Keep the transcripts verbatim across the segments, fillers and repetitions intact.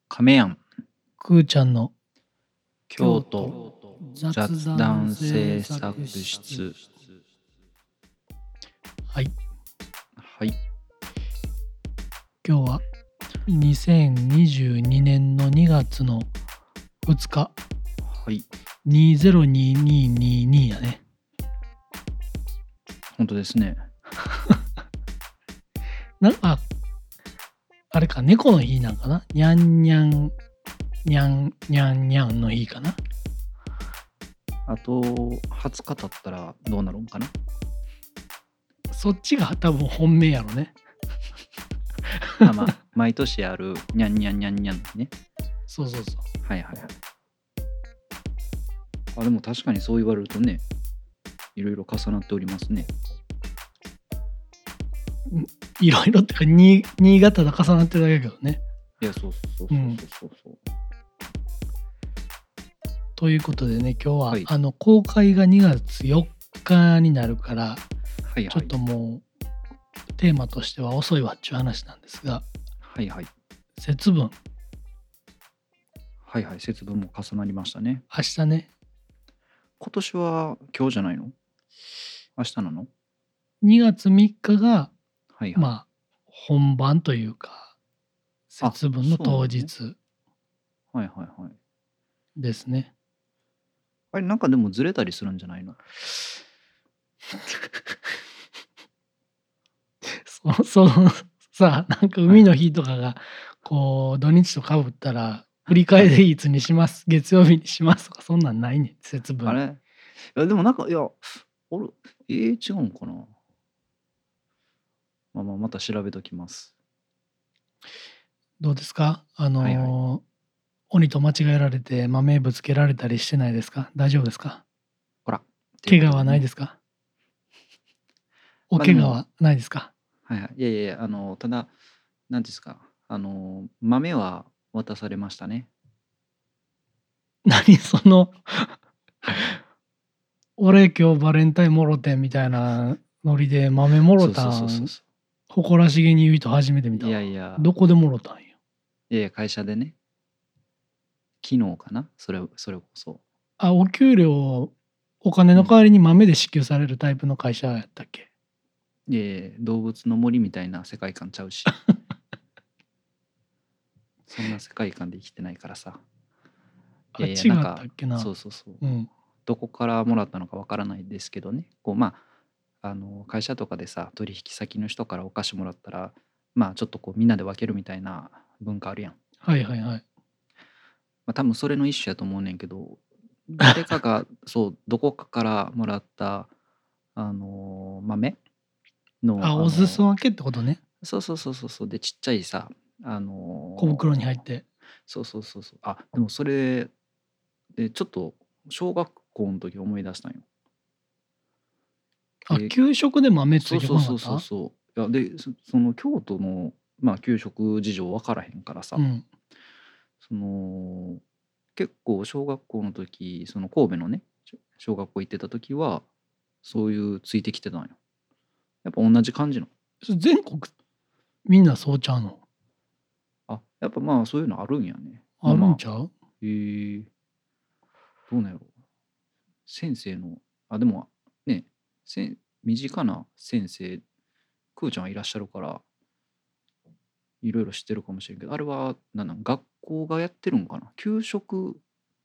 亀やんくーちゃんの京都雑談制作室。 はいはい今日はにせんにじゅうにねんのにがつのふつかはいにせんにじゅうににじゅうにやね。 本当ですね。 なああれか、猫の日なんかな。にゃんにゃんにゃんにゃんにゃんの日かな。 あとはつか経ったらどうなるんかな。 そっちが多分本命やろね。 あまあ毎年あるにゃんにゃんにゃんにゃんね。 そうそうそう。 はいはいはい。あでも確かにそう言われるとね、いろいろ重なっておりますね。 いろいろってかに新潟で重なってるだけだけどね。 いやそうそうそうそうそうそう、うん、 ということでね、今日は、 はい、 あの公開がにがつよっかになるから、 はいはい、 ちょっともうテーマとしては遅いわっていう話なんですが、 はいはい、 節分。 はいはい、節分も重なりましたね。 明日ね。 今年は今日じゃないの？明日なの？ にがつみっかが、 はいはい、 まあ本番というか節分の当日、 ね、はいはいはいですね。 あれなんかでもずれたりするんじゃないの？ そそのさなんか海の日とかがこう土日とかぶったら振り替えでいつにします、月曜日にしますとかそんなんないねん、節分。 あれいやでもなんかいや俺えー、違うんかな。まあまあまた調べときます。 どうですか、あのーはいはい、 鬼と間違えられて豆ぶつけられたりしてないですか？大丈夫ですか？ ほらという怪我ことでね。 はないですか？おまあでも怪我はないですか？ はいはい、いやいやいやあのただ何ですか、あの豆は渡されましたね。 何その俺今日バレンタインもろてんみたいなノリで豆もろたん誇らしげに言う人初めて見たわ。 いやいやどこでもろたんや。 いやいや会社でね、昨日かな、それそれこそ。 あ、お給料お金の代わりに豆で支給されるタイプの会社やったっけ？ いやいや動物の森みたいな世界観ちゃうしそんな世界観で生きてないからさ。いあ、 やいや違ったなんかっけな。 そうそうそう、 うん。 どこからもらったのかわからないですけどね、こうまああの会社とかでさ取引先の人からお菓子もらったらまあちょっとこうみんなで分けるみたいな文化あるやん。 はいはいはい。 まあ多分それの一種やと思うねんけど、誰かがそうどこかからもらったあの豆のあ、 あお裾の分けってことね。 そうそうそうそうそうでちっちゃいさあの小袋に入って。 そうそうそうそう、あでもそれでちょっと小学校の時思い出したんよ。 あ、 で給食で豆ついてそうそうそうこなかった？ そうそういやでそその京都のまあ給食事情分からへんからさ、 うん。 その結構小学校の時その神戸のねしょ小学校行ってた時はそういうついてきてたんよ。やっぱ同じ感じの。 それ全国みんなそうちゃうの？ あやっぱまあそういうのあるんやね。まああまあるんちゃう？ へえどうなんやろ。先生のあでもねせん身近な先生くーちゃんはいらっしゃるからいろいろ知ってるかもしれんけど、あれはなんなん学校がやってるんかな、給食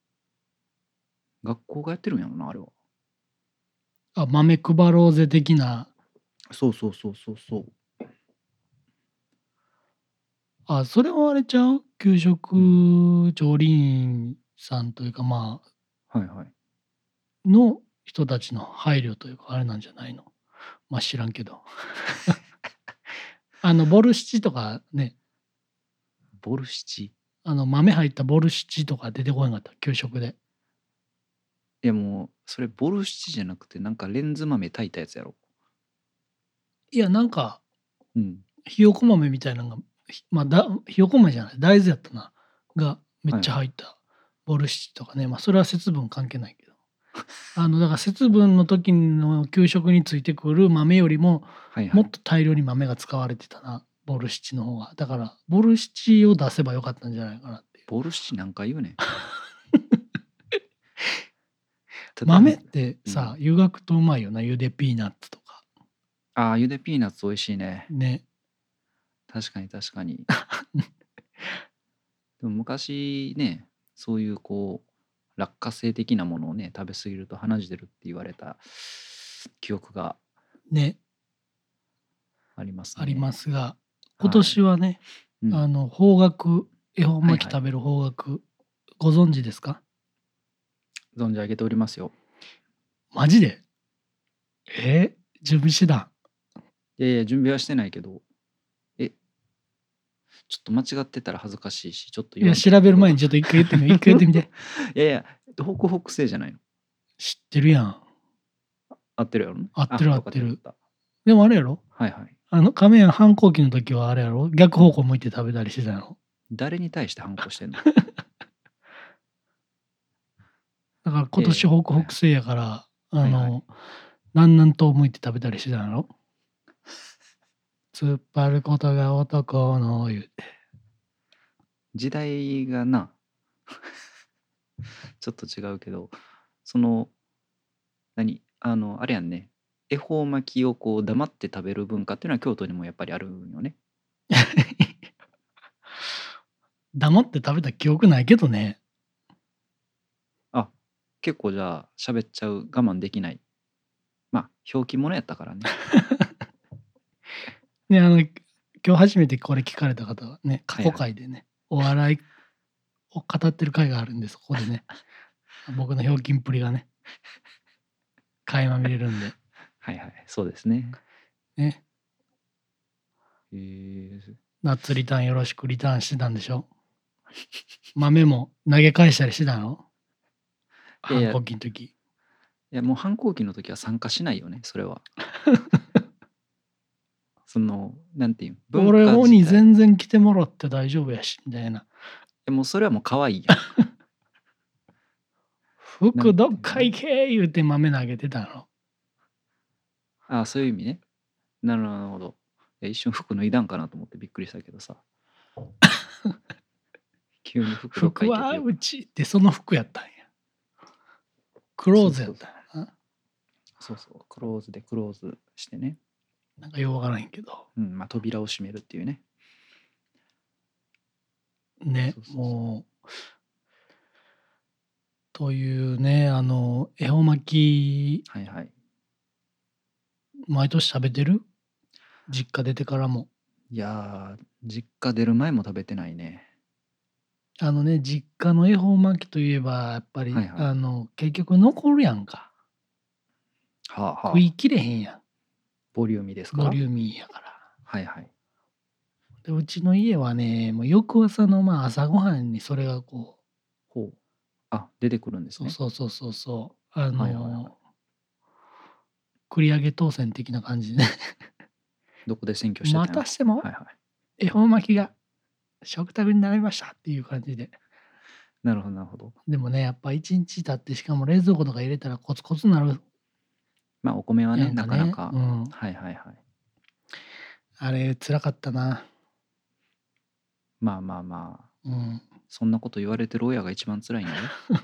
学校がやってるんやろなあれは。 あ、豆配ろうぜ的な。 そうそうそうそうそう。 あ、それはあれちゃう？給食調理員さんというか、まあ、 はいはい。 の人たちの配慮というか、あれなんじゃないの？まあ、知らんけど。あの、ボルシチとかね、 ボルシチ。 あの、豆入ったボルシチとか出てこへんかった？給食で。 いやもうそれボルシチじゃなくてなんかレンズ豆炊いたやつやろ。 いや、なんか、 うん。 ひよこ豆みたいなのが、ひまあ、だひよこ豆じゃない、大豆やったな、がめっちゃ入ったボルシチとかね、まあ、それは節分関係ないけど。あの、だから節分の時の給食についてくる豆よりも、 はいはい。 もっと大量に豆が使われてたな、ボルシチの方が。だから、ボルシチを出せばよかったんじゃないかなっていう。 ボルシチなんか言うねん。ただ豆ってうん。 さ、湯がくとうまいよな、ゆでピーナッツとか。 ああ、ゆでピーナッツ美味しいね。 ね。 確かに確かに。でも昔ね、そういうこう、落花生的なものをね、食べ過ぎると鼻血出るって言われた記憶がね、 ありますありまね。 すが、今はい。 年はね、 うん。 あの、邦楽、恵方はいはい。 巻き食べる邦楽、ご存知ですか？ 存じ上げておりますよ。 マジで？えー準備してたん？ いやいや、準備はしてないけど、え、ちょっと間違ってたら恥ずかしいし、ちょっといや、 言わんとこけど。 調べる前にちょっと一回言ってみよう。一回言ってみて。 いやいや、北北西じゃないの。 知ってるやん。 合ってるやろね。 合ってるあ、 合ってる。 よかったよかった。 でもあれやろ？ はいはい。 あの、亀屋反抗期の時はあれやろ？逆方向向いて食べたりしてたやろ？ 誰に対して反抗してんの？ だから今いやいや、 年北はい北西やから、あはいはい。 の、南南東向いて食べたりしてたやろ？突っ張ることが男の言うて。 時代がな、ちょっと違うけど、その、何あの、あれやんね。恵方巻きをこう黙って食べる文化っていうのは京都にもやっぱりあるんよね。 黙って食べた記憶ないけどね。 あ、結構じゃあ喋っちゃう、我慢できない。まあ、ひょうき者やったからね。 ね、あの、今日初めてこれ聞かれた方はね、過去はいはい。 回でね、お笑いを語ってる回があるんで、そこでね、僕のひょうきんっぷりがね、垣間見れるんで、 はいはい。そうですね。 ね、 へえ。 ナッツリターンよろしくリターンしてたんでしょ？豆も投げ返したりしてたの？反いやいや、い抗期の時。 やもう反抗期の時は参加しないよね、それは。その、なんていう、文俺化自体。いに全然来てもらって大丈夫やし、みたいな。 やもうそれはもう可愛いやん。な服んていうのどっか行け言うて豆投げてたの。 ああ、そういう意味ね。なるほど。いや一瞬服脱いだんかなと思ってびっくりしたけどさ。急に服どっか服行けてよ。 はうちってその服やったんや。クローズやったんやな。 そうそう、クローズでクローズしてね。 なんかようわからんけど。 うん、まあ扉を閉めるっていうね。 ね、 そうそうそう。 もう、というね、あの、恵方巻き、 はいはい。 毎年食べてる？実家出てからも。 いやー、実家出る前も食べてないね。 あのね、実家の恵方巻きといえば、やっぱり、 はいはい。 あの、結局残るやんか。 はあはあ。 食いきれへんやん。 ボリューミーですか？ ボリューミーやから。 はいはい。 で、うちの家はね、もう翌朝のまあ朝ごはんにそれがこう、 ほう。あ、出てくるんですそうね。 そうそうそうそう、あはいはいはい。 の、繰り上げ当選的な感じでね、 どこで選挙してまたんやろ。 たしてもはいはい。 恵方巻きが食卓になりましたっていう感じで。 なるほどなるほど。 でもね、やっぱいちにち経って、しかも冷蔵庫とか入れたらコツコツなるまあお米はね、 やんかね。 なかなか。 うん。 はいはいはい。 あれ辛かったな。 まあまあまあ、 うん。 そんなこと言われてる親が一番辛いんやで。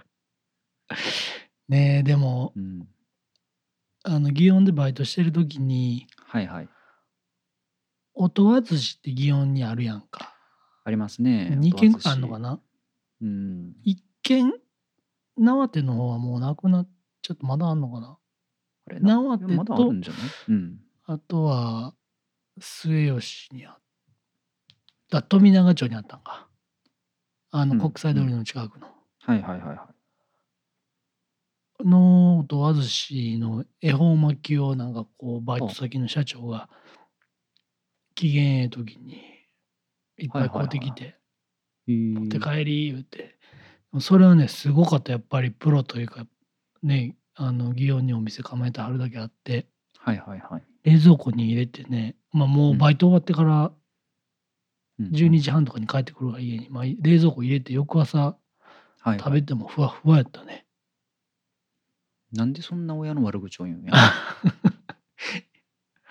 ねえ、でも、 うん。 あの、祇園でバイトしてる時に、 はいはい。 音羽寿司って祇園にあるやんか。 ありますね、 に音羽寿軒くらいあんのか司。 な？ うん。 いっ軒、縄手の方はもうなくなっちゃって、まだあんのかな？ あれな、 縄手いやまだあると、 んじゃない？うん。 あとは末吉にあった、富永町にあったんか。あの、 うん。 国際通りうん。 の近くの。 はいはいはいはい。 の音羽寿司の恵方巻きをなんかこう、バイトは先の社長が機嫌ええ時にいっあ、はぱい買ういはいはてきて、 い。 持ってへえ。 帰り言うて。それはね、すごかった。やっぱりプロというか、ね、あの、祇園にお店構えてはるだけあって、 はいはいはい。 冷蔵庫に入れてね、ま、もうん。 うバイト終わってから12 うんうん。 時半とかに帰ってくるわ、家に。ま、冷蔵庫入れて翌朝食べはいはい。 てもふわふわやったね。 なんでそんな親の悪口を言うんや。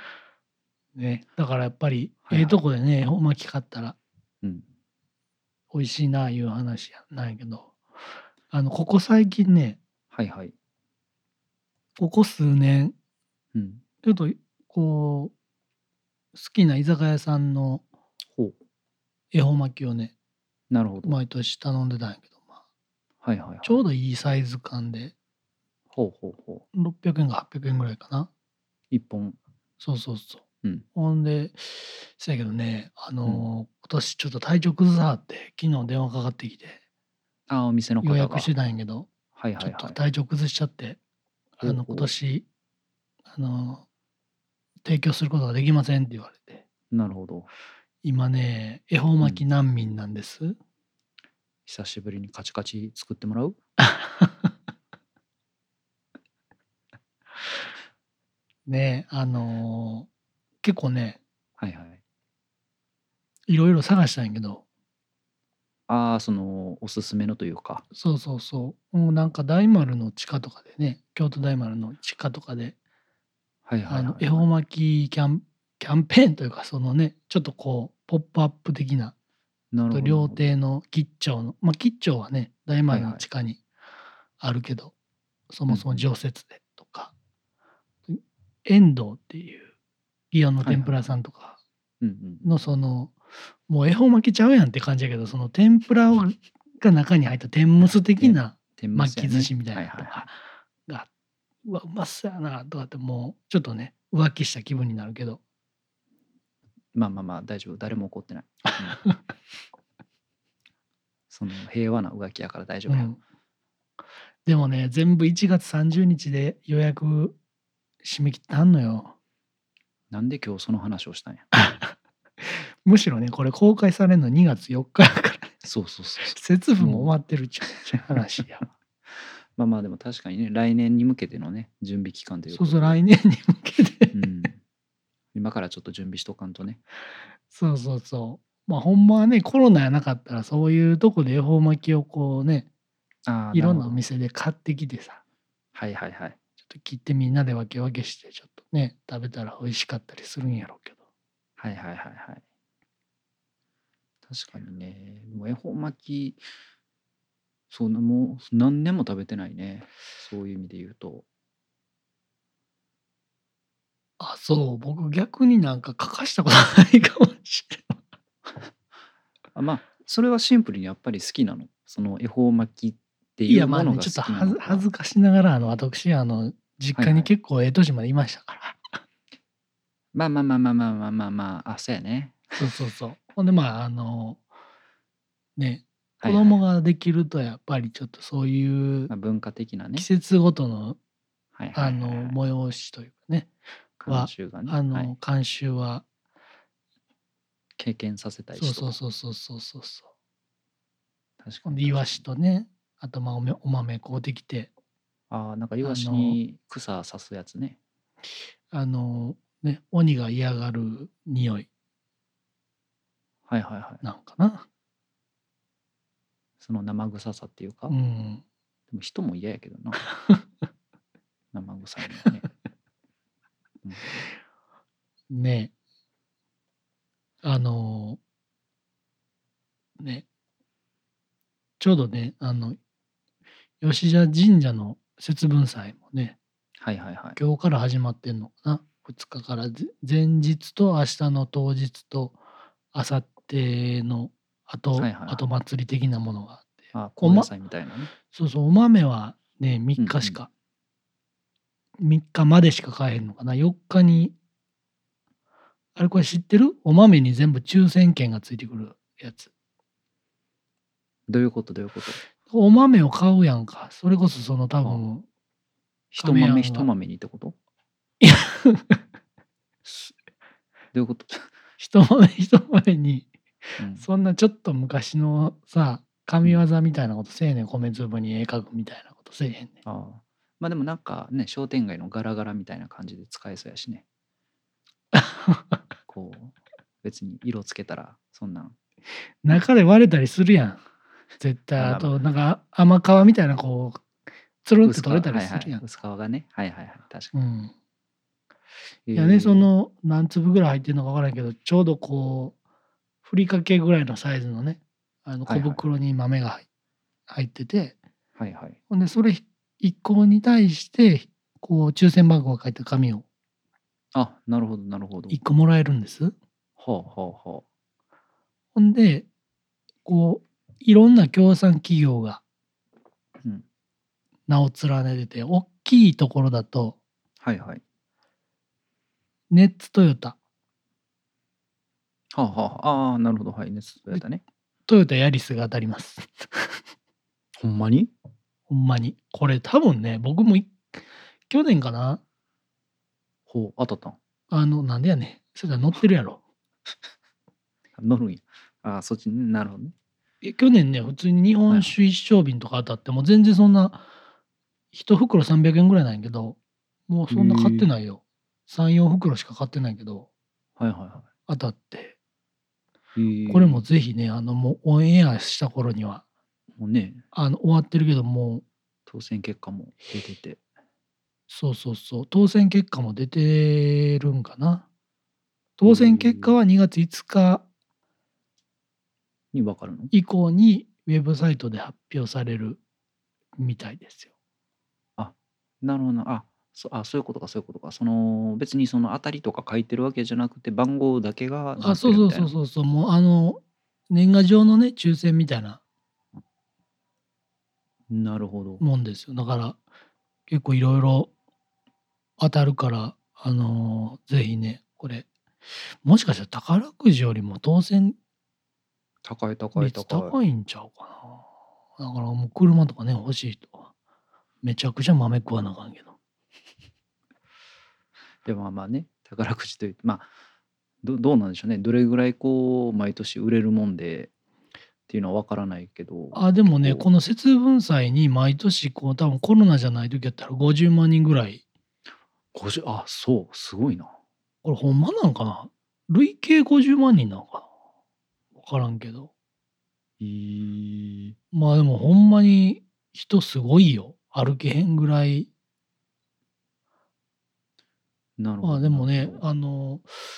ね、だからやっぱり、ええはいはい。 とこでね、恵方巻き買ったらうん。 美味しいないう話やなんやけど、あのここ最近ね、 はいはい。 ここ数年うん。 ちょっとこう好きな居酒屋さんのほう。 恵方巻きをね、 なるほど。 毎年頼んでたんやけど、まあ、 はいはいはい。 ちょうどいいサイズ感で、 ほうほうほろっぴゃくえんかはっぴゃくえんぐらいかな。 う。一本。 そうそうそう。 うん。 ほんで、せやけどね、あうん。 の、今年ちょっと体調崩さはって、昨日電話かかってきて、 ああ、お店の方が。 予約してたんやけど、ちょっとはいはいはい。 体調崩しちゃって、あの、今ほうほ年、あの、提供することができませんって言われて、 う。なるほど。 今ね、恵方うん。 巻き難民なんです。 久しぶりにカチカチ作ってもらう？ ね、あの、結構ね、 はいはい。 いろいろ探したんやけど、 ああ、その、おすすめのというか。 そうそうそう、もうなんか大丸の地下とかでね、京都大丸の地下とかで、 はいはあの、 いはいはい。 恵方巻きキャンキャンペーンというか、そのね、ちょっとこう、ポップアップ的な、 なると料ほどなるほど。 亭の吉兆の、まあ、吉兆はね、大丸のはいはい。 地下にあるけど、そうんうん。 もそも常設でとか、遠藤っていう祇園の天ぷらはいはいはい。 さんとかうんうんうん。 のその、もう恵方巻きちゃうやんって感じやけど、その天ぷらをが中に入った天むす的てな天むすやね。 巻き寿司みたいなのとかはいはいはい。 が、うわ、うまそうやなとかってもうちょっとね、浮気した気分になるけど、 まあまあまあ、大丈夫。誰も怒ってない。うん。その平和な浮気やから大丈夫や。 うん。でもね、全部いちがつさんじゅうにちで予約締め切ってはんのよ。 なんで今日その話をしたんや。 むしろね、これ公開されるのにがつよっかやからね。 そうそうそうそ節う。もう、 分も終わってるっちゅう話やわ。 まあまあでも確かにね、来年に向けてのね、準備期間というそうそう、 ことで。 来年に向けてう。ん。今からちょっと準備しとかんとね。 そうそうそう。まあ、ほんまはね、コロナやなかったら、そういうとこで恵方巻きをこうね、 ああ、 いろんなおなるほど。 店で買ってきてさ、 はいはいはい。 ちょっと切ってみんなで分け分けして、ちょっとね、食べたら美味しかったりするんやろうけど。 はいはいはいはい。確かにね。もう恵方巻き、そんなもう何年も食べてないね。そういう意味で言うと。 あ、そう、僕逆になんか欠かしたことないかもしれない。 あ、まあ、それはシンプルにやっぱり好きなの。その恵方巻きっていや、 いうまあね、 ものが好ちょっとはず恥きなのか。 ずかしながら、あの、私、あの、実家にはいはい。 結構ええ年までいましたから。 まあまあまあまあまあまあまあまあ、あ、そうやね。 そうそうそう。ほんで、まあ、あの、ね、子供はいはい。 ができるとやっぱりちょっとそういうまあ、文化的な季ね。 節ごとのはいはいはいあの、 はい。 催しというかね、 慣は、 習がね。 あの、 はい。 慣習は経験させたいそうそうしと。 そうそうそうそうそう。 確かほんで、イワに確かに。 シとね、あと、まあ、おめお豆買うてきて、 ああ、なんかイワシあのに草刺すやつね。 あの、ね、鬼が嫌がる匂いはいはいはい。 なんかな。 その生臭さっていうか。 うん。 でも人も嫌やけどな。生臭いのはね。うん、 ね、あの、ね、ちょうどね、あの、吉田神社の節分祭もね、 はいはいはい。 今日から始まってんのかな。ふつかかからぜ前日と明日の当日と明後日の後はいはいはい。 後祭り的なものがあって。 あ、 おま高野菜みたいなね。 そうそう、お豆はね、3 うんうん。 日しか、みっかまでしか買えへんのかな。よっかに、あれこれ知ってる？お豆に全部抽選券がついてくるやつ。 どういうことどういうこと？ お豆を買うやんか。それこそその多あ、 分、 一亀やんが、 豆一豆にってこと？ いや、 すどういうこと？ 一豆一豆に、 うん。 そんなちょっと昔のさ、神うん。 業みたいなことせえねん。米粒に絵描くみたいなことせえへんねん。 ああ。ま、でもなんかね、商店街のガラガラみたいな感じで使えそうやしね。こう、別に色つけたらそんなん。 中で割れたりするやん。絶対。 あ、まあと、 あまあ、 なんか甘皮みたいなこう、つるんって薄皮、 取れたりはいはい。 するやん。 薄皮がね。はいはいはい。確かうん。 に。 いやね、そええ。 の何粒ぐらい入ってるのか分からんけど、ちょうどこう、ふりかけぐらいのサイズのね、 あの小はいはいはい。 袋に豆が入入ってて、 はいはい。 ほんでそれいっこに対してこう抽選番号が書いた紙をあ、なるほどなるほど。 いっこもらえるんです。 はあはあはあ。 ほんで、こういろんな協賛企業がうん。 名を連ねてて、おっきいところだとはいはい。 ネッツトヨタ、 はあはあ。ああ、なるほど。はい。熱そうやっで、 たね。 トヨタヤリスが当たります。 ほんまに？ ほんまに。これ多分ね、僕もい去年かな、 ほう、当たったん？ あの、なんでやねん。それじゃ乗ってるやろ。 乗るんや。ああ、そっちね、なるほどね。 え、去年ね、普通に日はいはい。 本酒一升瓶とか当たって、もう全然そんな、一袋さんびゃくえんぐらいなんやけど、もうへそんな買ってえ。 ないよ。さん、よん袋しか買ってないけど、 はいはいは当たって。 い。 これもへえ。 ぜひね、あの、もうオンエアした頃には、 もうね、 あの、終わってるけど、もう当選結果も出てて。 そうそうそう、当選結果も出てるんかな。 へ当選結果え。 はにがついつかに分かるの？ 以降にウェブサイトで発表されるみたいですよ。 あ、なるほどな。あ、そあ、そういうことかそういうことか。その、別にその当たりとか書いてるわけじゃなくて、番号だけがあ、 載っそうそうてるみたいな。 そうそうそう、もうあの、年賀状のね、抽選みたいななるほど。 もんですよ。だから、結構いろいろ当たるから、あの、ぜひね、これ、もしかしたら宝くじよりも当選高い高い率高い。 高いんちゃうかな。だからもう車とかね、欲しい人は、めちゃくちゃ豆食わなあかんけど。 で、まあまあね、宝くじというまあ、どどうなんでしょうね。どれぐらいこう毎年売れるもんでっていうのは分からないけど、 あ、でもね、 結構この節分祭に毎年こう多分コロナじゃない時やったらごじゅうまん人ぐらい、 ごじゅうあ、そう、すごいな。 これほんまなんかな？累計ごじゅうまん人なのかな？わからんけど。 えー、 まあ、でもほんまに人すごいよ。歩けへんぐらい。まあ、 なるほどでもね、 なるほど。 あの、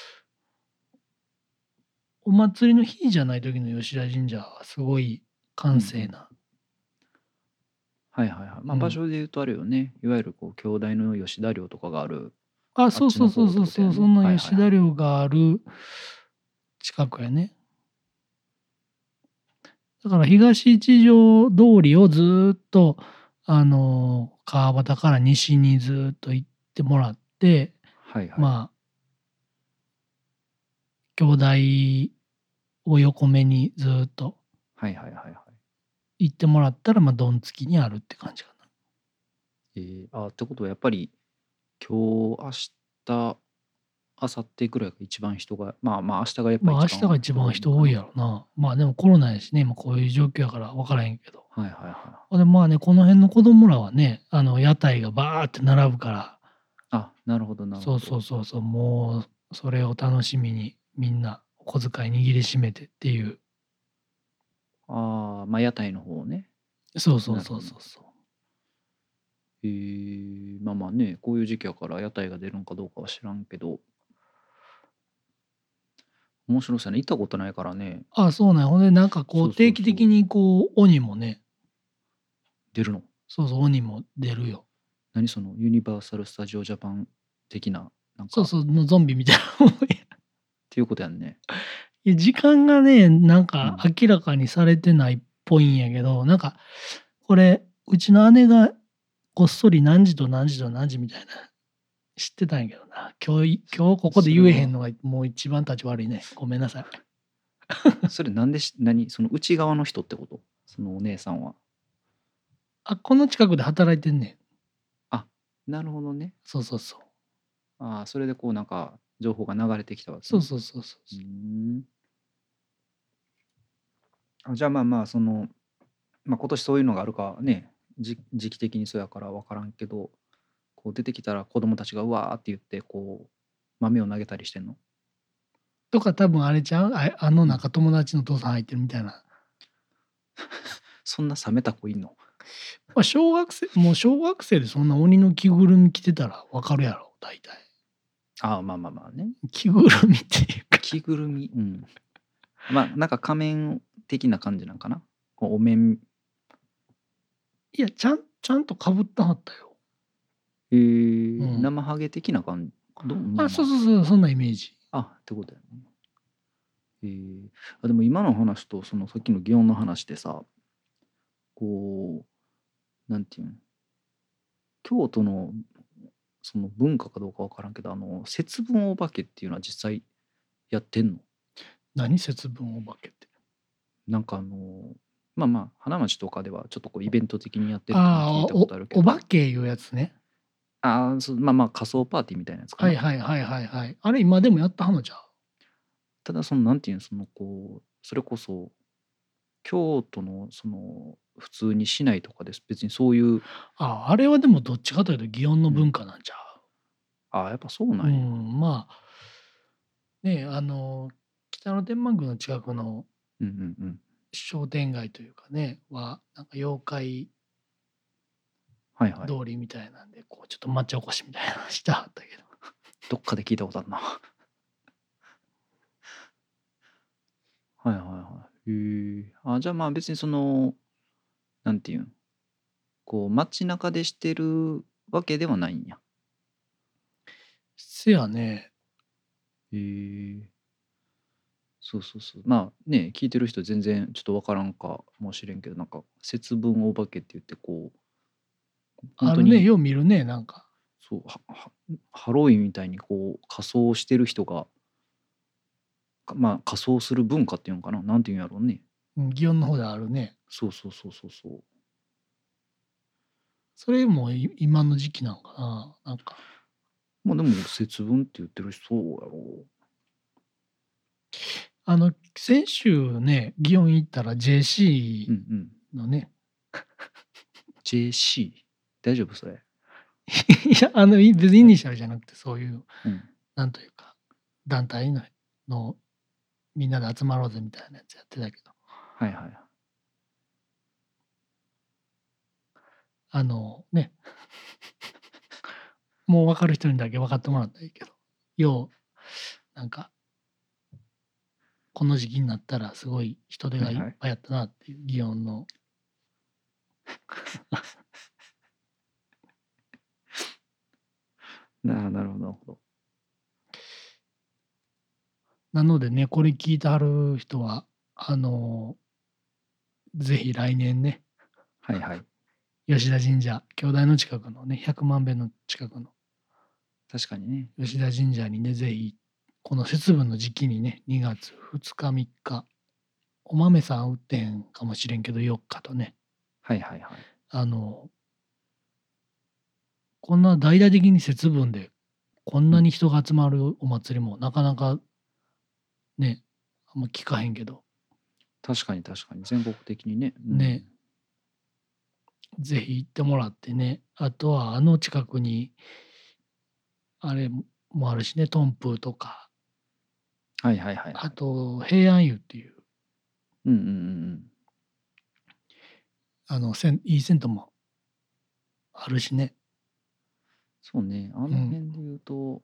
お祭りの日じゃない時の吉田神社はすごいうんうん。 閑静な。 はいはいはい。まあ、場うん。 所で言うとあるよね。いわゆるこう兄弟の吉田寮とかがあるあ、 あっそうそうそうちの方ってそうそう、そことやね。 んなはいはいはい。 吉田寮がある近くやね。だから東一条通りをずっと、あの、川端から西にずっと行ってもらって、 はいはい。 まあ、兄弟を横目にずっとはいはいはいはい。 行ってもらったら、まあ、ドンつきにあるって感じかな。 えー、あ、ってことはやっぱり今日、明日、明後日ぐらいが一番人が、まあまあ明日がやっぱまあ、明一番日が一人番人多い多いのかな。 やろな。まあ、でもコロナやしね、今こういう状況やから分からへんけど。 はいはいはい。 で、まあね、この辺の子供らはね、あの、屋台がバーって並ぶから、 あ、なるほどなるそうそほど。 うそうそう、もうそれを楽しみにみんなお小遣い握りしめてっていう。 ああ、まあ屋台の方ね。 そうそうそなるほどな。 うそうそう。 えー、まあまあね、こういう時期やから屋台が出るんかどうかは知らんけど、面白そうやね。行ったことないからね。 あ、そうなんや。ほんでなんかこそううそうそう。 定期的にこう鬼もね、 出るの。 そうそう、鬼も出るよ。 何そのユニバーサル・スタジオ・ジャパン的な、なんか、っそうそう、のゾンビみたいなもんや。 ていうことやんね。 いや、時間がね、なんかうん。 明らかにされてないっぽいんやけど、なんかこれ、うちの姉がこっそり何時と何時と何時みたいな知ってたんやけどな。今日い今日ここでそれは、 言えへんのがもう一番立ち悪いね。ごめんなさい。 それなんでし、何その内側の人ってこと？そのお姉さんは。 あ、この近くで働いてんねん。 あ、なるほどね。 そうそうそう。 ああ、それでこうなんか情報が流れてきたわけね。 そうそうそうそううーそう。 ん。あ、じゃあまあまあ、その、まあ今年そういうのがあるかね、じ時期的にそうやから分からんけど、こう出てきたら子供たちがうわーって言って、こう、豆を投げたりしてんの？ とか多分あれちゃうああのうん。 中友達の父さん入ってるみたいな。 そんな冷めた子いんの？ まあ、小学生、もう小学生でそんな鬼の着ぐるみ着てたらわかるやろ、大体。 ああ、まあまあまあね。 着ぐるみっていうか。 着ぐるみ、うん。まあなんか仮面的な感じなんかな。こうお面、 いや、ちゃんちゃんとかぶってはったよ。 えうー、 ん。 生ハゲ的な感じ。どうまあ、 あまそうそうそう、そんなイメージ。 あ。あ、ってことだよね。えー、あでも今の話とそのさっきの祇園の話でさ、こう、なんていうん、京都のその文化かどうかわからんけど、あの、節分お化けっていうのは実際やってんの？ 何節分お化けって。 なんかあの、まあまあ、花街とかではちょっとこうイベント的にやってるっていうのはああ、 聞いたことあおおるけど、 化けいうやつね。 ああ、そう、まあまあ仮装パーティーみたいなやつかはいな。 はいはいはいはい。あれ今でもやったはんのじゃう？ ただそのなんていうの、そのこう、それこそ京都のその普通に市内とかです。別にそういう、 あ、あれはでもどっちかというと祇園のうん、 文化なんちゃああ、やっぱそうう？うなんや。 ん、まあ、ね、あの、北野天満宮の近くのうんうんうん。 商店街というかね、は、なんか妖怪はいはい。 通りみたいなんで、こうちょっと町おこしみたいなのしてはったけど。 どっかで聞いたことあるな。はいはいはい。へえ。あ、じゃあまあ別にその、なんていうん、こう街中でしてるわけではないんや。 せやね。 へえ。そうそうそう。まあね、聞いてる人全然ちょっとわからんかもしれんけど、なんか節分お化けって言ってこう、本あるね、 当に、 よう見るね、なんか。 そう、ははハロウィンみたいにこう仮装してる人が、かまあ仮装する文化っていうのかな、なんていうんやろうね。 うん、祇園の方であるね。 そうそうそうそうそう。 それもい今の時期なんかな、なんか。 まあでも節分って言ってる人そうやろあの、先週ね、祇園行ったらう。うジェーシーんうん。 のね、 ジェーシー。大丈夫それ？ いや、あの、い別にイニシャルじゃなくて、そういう、 うん。 なんというか、団体ののみんなで集まろうぜみたいなやつやってたけど、 はいはいはい。 あの、ね、もう分かる人にだけ分かってもらったらいいけど、よう、なんか、この時期になったらすごい人手がいっはいはい。 ぱいやったなっていう祇園の。 なあ、なるほどなるほど。 なのでね、これ聞いてはる人は、あの、ぜひ来年ね、 はいはい。 吉田神社、京大の近くのね、百万遍の近くの確かにね。 吉田神社にね、ぜひ、この節分の時期にね、にがつふつか、みっか、お豆さん売ってへんかもしれんけど、よっかとね、 はいはいはい。 あの、こんな大々的に節分で、こんうん。 なに人が集まるお祭りもなかなかね、あんま聞かへんけど、 確かに確かに。全国的にね。うね、 ん。 ぜひ行ってもらってね、あとはあの近くに、あれもあるしね、トンプーとか、 はいはいはいあはい。 と平安湯っていう、 うんうんうんうん。 あの、せんいい銭湯もあるしね。 そうね。あうん。 の辺で言うと、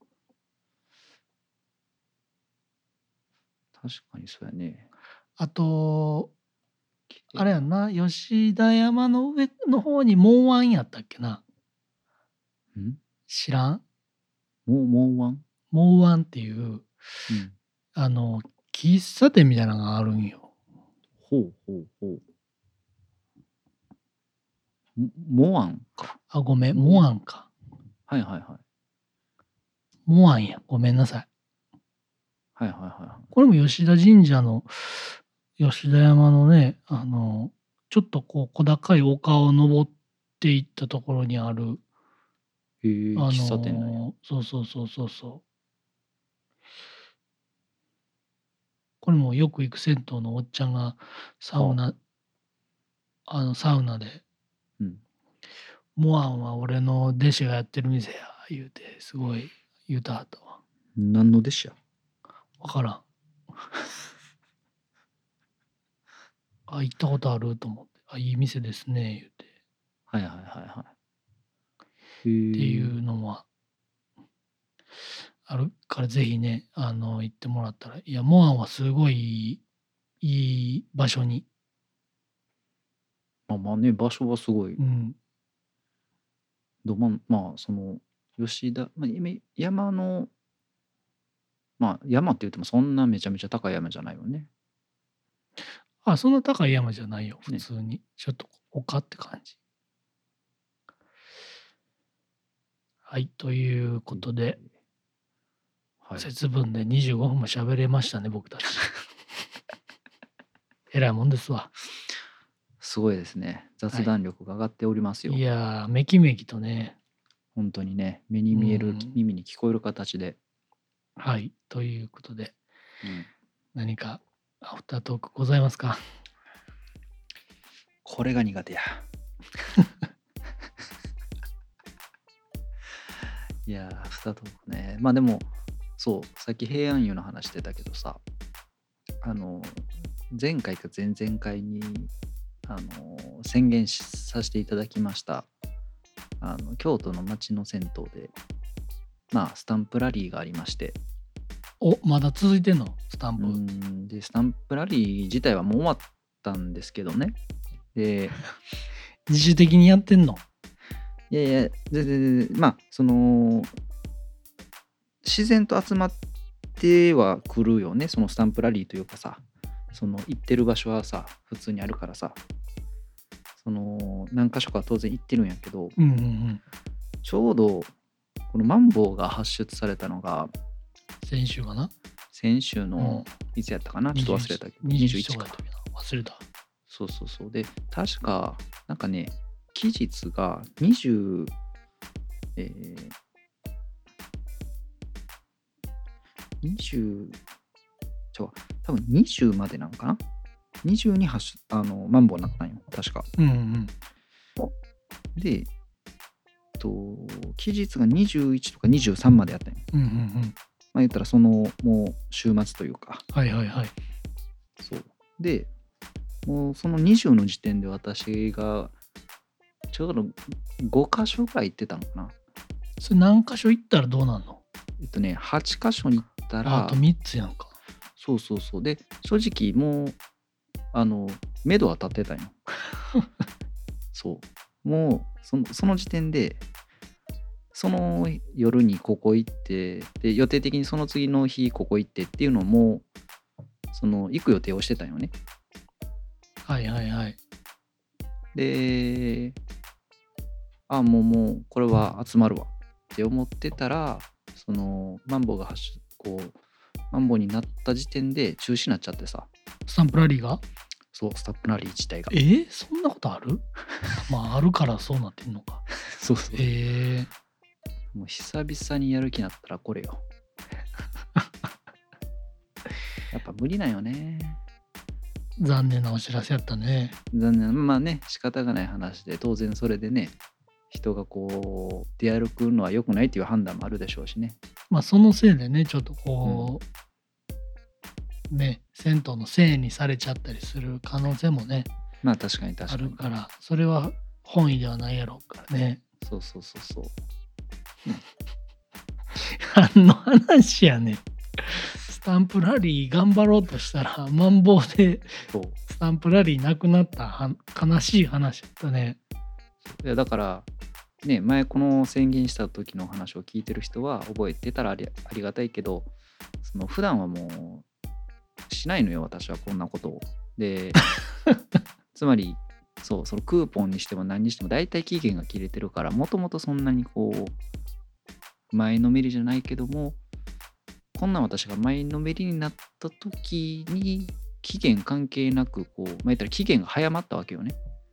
確かにそうやね。 あと、 綺あれやん麗な。 な、吉田山の上の方に門湾やったっけな。 ん知らん？ もう、もうワン。 門湾っていう、 うん。 あの、喫茶店みたいなのがあるんよ。 ほうほうほう。もモワンか。 あ、ごめん、モモワン。 アンか。 はいはいはい。 モアンや。ごめんなさい。 はいはいはいはい。 これも吉田神社の、吉田山のね、あの、ちょっとこう小高い丘を登っていったところにある、 へえ、 あ喫茶店なんや。 の、そうそうそうそうそう。これもよく行く銭湯のおっちゃんがサウはあ。 ナ、あのサウナで、 うん。 モアンは俺の弟子がやってる店や、言うて、すごい言うたはったわ。 何の弟子や。 わからん。あ、行ったことあると思って。あ、いい店ですね、言うて。っはいはいはいはい。へえ。 ていうのはあるから、ぜひね、あの、行ってもらったら。いや、モアンはすごいいい場所に。 まあまあね、場所はすごい、 うん。 ど真んまあ、その、吉田、まあ、今山の、まあ、山って言ってもそんなめちゃめちゃ高い山じゃないよね。 あ、そんな高い山じゃないよ、普ね。 通に。ちょっと丘って感じ。はい、ということで、 はい。 節分でにじゅうごふんも喋れましたね、僕たち。えらいもんですわ。 すごいですね。雑談力が上がっておりますよ。 いやー、めきめきとね。 本当にね、目に見える、 うん耳に聞こえる形で。 はい、ということで、 うん、 何かアフタートークございますか？ これが苦手や。いやー、アフタートークね。まあでも、そう、さっき平安湯の話してたけどさ、あの、前回か前々回に、あの、宣言しさせていただきました、あの、京都の町の銭湯で、まあ、スタンプラリーがありまして、 お、まだ続いてんの？スタンうプ。 んで、スタンプラリー自体はもう終わったんですけどね。で、 自主的にやってんの？ いやいや、全然全然、まあ、その、自然と集まってはくるよね、そのスタンプラリーというかさ、その行ってる場所はさ、普通にあるからさ、その何箇所か当然行ってるんやけど、 うんうんうん。 ちょうどこのマンボウが発出されたのが、 先週かな？ 先週のうんいつやったかな、ちょっと忘れたけど、 にじゅういちにじゅういちか。 とかだったっけな、忘れた。 そうそうそう。で、確か、なんかね、期日がにじゅう、えー、にじゅう、ちょ、多分にじゅうまでなのかな？ にじゅう に発出、あの、マンボウになったんよ、確か。 うんうんで、えっと、期日がにじゅういちとかにじゅうさんまでやったんよ。 うんうんうん。 まあ言ったら、その、もう週末というか。 はいはいはい。 そう。で、もうそのにじゅうの時点で私が、ちょうどご箇所ぐらい行ってたのかな。 それ何箇所行ったらどうなんの？ えっとね、はち箇所に行ったあら、 とみっつやんか。 そうそうそう。で、正直もう、あの、目処は立ってたんよ。そう。もうその、その時点で、その夜にここ行って、で、予定的にその次の日ここ行ってっていうのも、その、行く予定をしてたんよね。 はいはいはい。 で、あ、もうもう、これは集まるわって思ってたら、その、マンボウが発出、こう、マンボウになった時点で中止になっちゃってさ、 スタンプラリーが？ そう、スタンプラリー自体が。 えー、そんなことある？まああるからそうなってんのか。 そうそう。 へえ。 もう久々にやる気になったらこれよ。やっぱ無理なんよね。 残念なお知らせやったね。 残念。まあね、仕方がない話で、当然それでね、人がこう、出歩くのは良くないっていう判断もあるでしょうしね。 まあそのせいでね、ちょっとこう、ね、銭湯のせいにされちゃったりする可能性もね、 まあ確かにあ確かに。 るから、それは本意ではないやろうからね。 そうそうそうそう。 何の話やねん。スタンプラリー頑張ろうとしたら、マンボウでそう。 スタンプラリーなくなったは悲しい話やったね。 いやだからね、前この宣言した時の話を聞いてる人は覚えてたらあり、ありがたいけど、その普段はもうしないのよ、私はこんなことを。で、つまり、そう、そのクーポンにしても何にしても大体期限が切れてるから、もともとそんなにこう、前のめりじゃないけども、こんな私が前のめりになった時に、期限関係なく、こう、まあ、言ったら期限が早まったわけよね。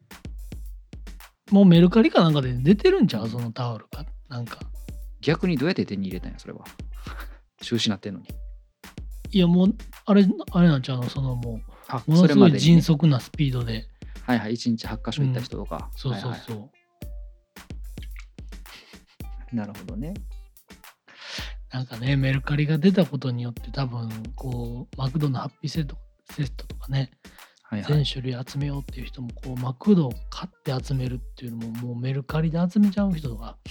もうメルカリかなんかで出てるんちゃう？そのタオルか。なんか。 逆にどうやって手に入れたんや、それは。中止なってんのに。 いやもう、あれ、あれなんちゃうの？そのもあ、 う、ものすごいそれまでにね迅速なスピードで。 はいはい、いちにちはち箇所行った人とか。 そうそうはいそう。 はいなるほどね。 なんかね、メルカリが出たことによって多分、こう、マクドのハッピーセット、セットとかね、 はいはい全。種類集めようっていう人も、こう、マクドを買って集めるっていうのも、もうメルカリで集めちゃう人とか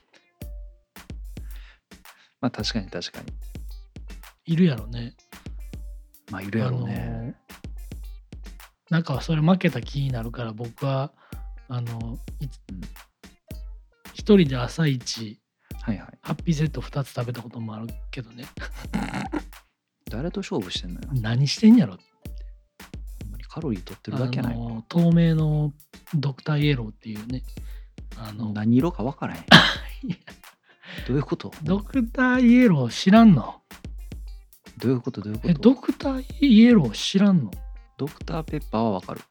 まあ確かに確かに。 いるやろね。 まあいるやろうね。 なんかそれ負けた気になるから僕はあのいつうん。 一人で朝一はいはい。 ハッピーセットふたつ食べたこともあるけどね。 誰と勝負してんのよ。 何してんやろ。 ほんまにカロリー取ってるあだけやないか。 の透明のドクターイエローっていうね、あの何色か分からへん。どういうことドクターイエロー知らんの？ どういうことどういうこえ、 とドクターイエロー知らんの？ ドクターペッパーは分かる。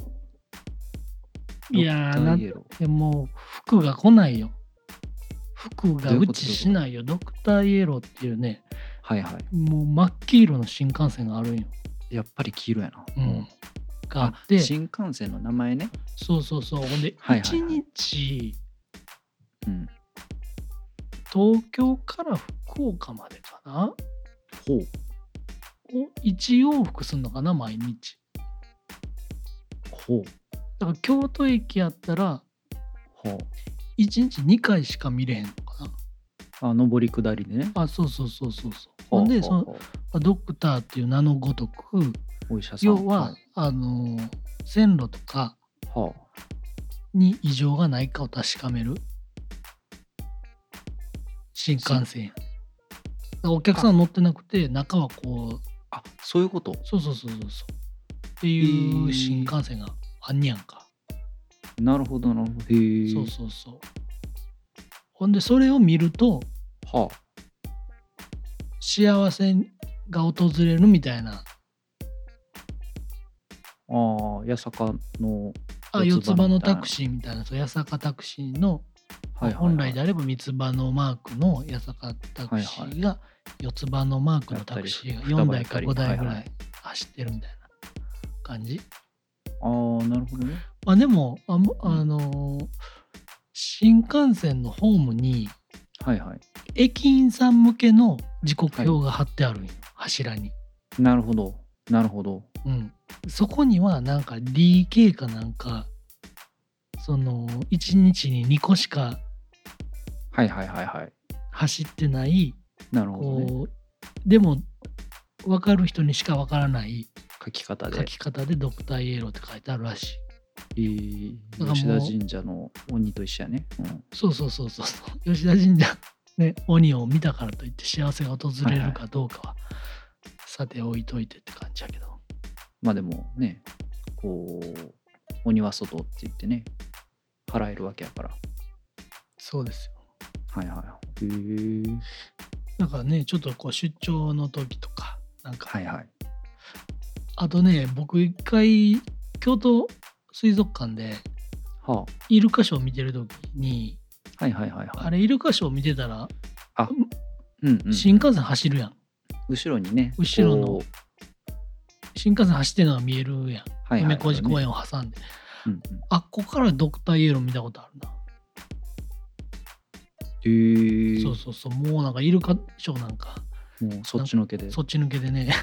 いやー、なんドクターイエロー。 てもう服が来ないよ。服がどういうことうちしないよ。ドクターイエローっていうね、 はいはい。 もう真っ黄色の新幹線があるんよ。 やっぱり黄色やな。 うん。がああって、 新幹線の名前ね。 そうそうそう。ほんで、 はいはいはいいちにちうん。 東京から福岡までかなほう。 をいち往復するのかな、毎日。 ほう。 だから京都駅やったらほう。 いちにちにかいしか見れへんのかな。 あ、上り下りでね。 あ、そうそうそうそうそう。 ほうんほで、そのほうほうドクターっていう名のごとく、 お医者さん。 要は、あのー線路とかい、はに異常がないかを確かめる新幹線や。だからお客さん乗ってなくて、中はこう、 あ、あ、そういうこと。 そうそうそうそうそう。っていう新幹線があんねやんか。 なるほどなるほど。へえ。 そうそうそう。ほんで、それを見ると、 は幸せが訪れるみたいな。 あ。ああ、八坂の。 あ、四つ葉のタクシーみたいな、そう八坂タクシーの、 はいはいはい本来であれば三つ葉のマークの八坂タクシーが四つ葉のマークのタクシーがよんだいかごだいぐらい走ってるみたいな感じ。 ああ、なるほどね。 まあでも、あもあのー新幹線のホームにはいはい。 駅員さん向けの時刻表が貼ってあるんよ、柱に。 なるほど。なるほど。 うん。そこにはなんか ディーケー かなんか、そのいちにちににこしかはいはいはいはい。 走ってない、 なるほどね。 こうでも分かる人にしか分からない書き方で。 書き方でドクターイエローって書いてあるらしい。 えー、 だからもう吉田神社の鬼と一緒やね。うん。 そうそうそうそうそう。吉田神社ね、鬼を見たからといって幸せが訪れるかどうかはさて置いといてって感じやけど。 まあでもね、こう、鬼は外って言ってね、払えるわけやから。 そうですよ。 はいはい。へえ。 だからね、ちょっとこう出張の時とか、なんか、 はいはい。 あとね、僕一回、京都水族館ではイルカショー見てる時に、 あ。はいはいはいはい。 あれイルカショー見てたら、 あ、うんうん。 新幹線走るやん。 後ろにね、 後ろのこう新幹線走ってるのが見えるやん。 はいはいはい梅小路公園を挟んで。 うんうん。 あっこからドクターイエロー見たことあるな。 へえ。 そうそうそう。もうなんかイルカショーなんか、 もうそっちのけで。 そっち抜けでね。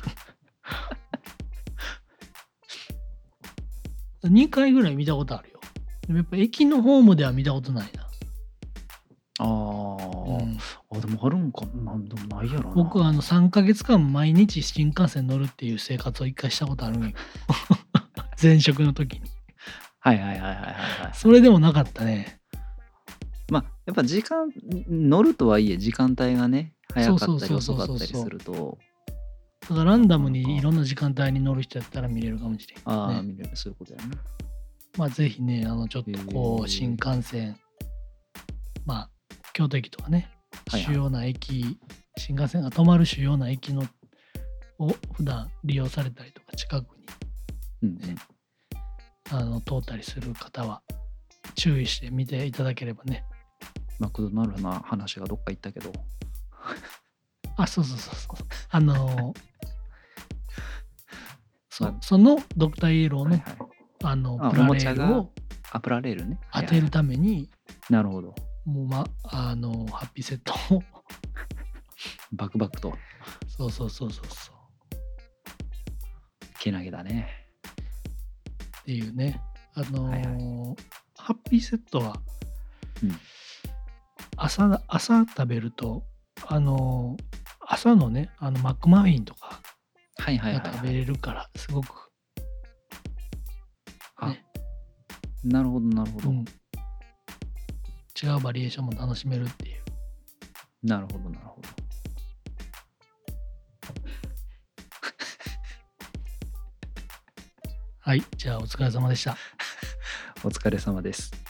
にかいぐらい見たことあるよ。でもやっぱ駅のホームでは見たことないな。 ああ、 うんあ、でもあるんかな。なんでもないやろな。 僕はあのさんかげつかん毎日新幹線乗るっていう生活を一回したことあるんよ。前職の時に。 はいはいはいはいはいはい。 それでもなかったね。 まあやっぱ時間乗るとはいえ時間帯がね早かったりそうそうそうそうそう遅かったりすると、 だからランダムにいろんな時間帯に乗る人やったら見れるかもしれん、 ああ、 ね。 見れる、そういうことやね。 まあぜひね、あのちょっとこへーう新幹線、まあ京都駅とかね、 はいはい主要な駅、新幹線が止まる主要な駅のを普段利用されたりとか近くにうんうん。 あの通ったりする方は注意して見ていただければね。 マクドナルドの話がどっか行ったけど、 あ、そうそうそうそう。あのそまあそのドクターイエローの、 はいはい。 あのあプラレおもちゃがールをあ、プラレールね。 当てるために、 はいはいなるほど。 もうまあのハッピーセットをバクバクとそうそうそうそうそうけなげだね。 っていうね。あのーはいはハッピーセットはうん。 朝朝食べるとあのー朝のねあのマックマフィンとかはいはいはい、 が食べはい。 れるからすごくなるほどなるほど、 うん、違うバリエーションも楽しめるっていう。 なるほどなるほど。 はい、じゃあお疲れ様でした。 お疲れ様です。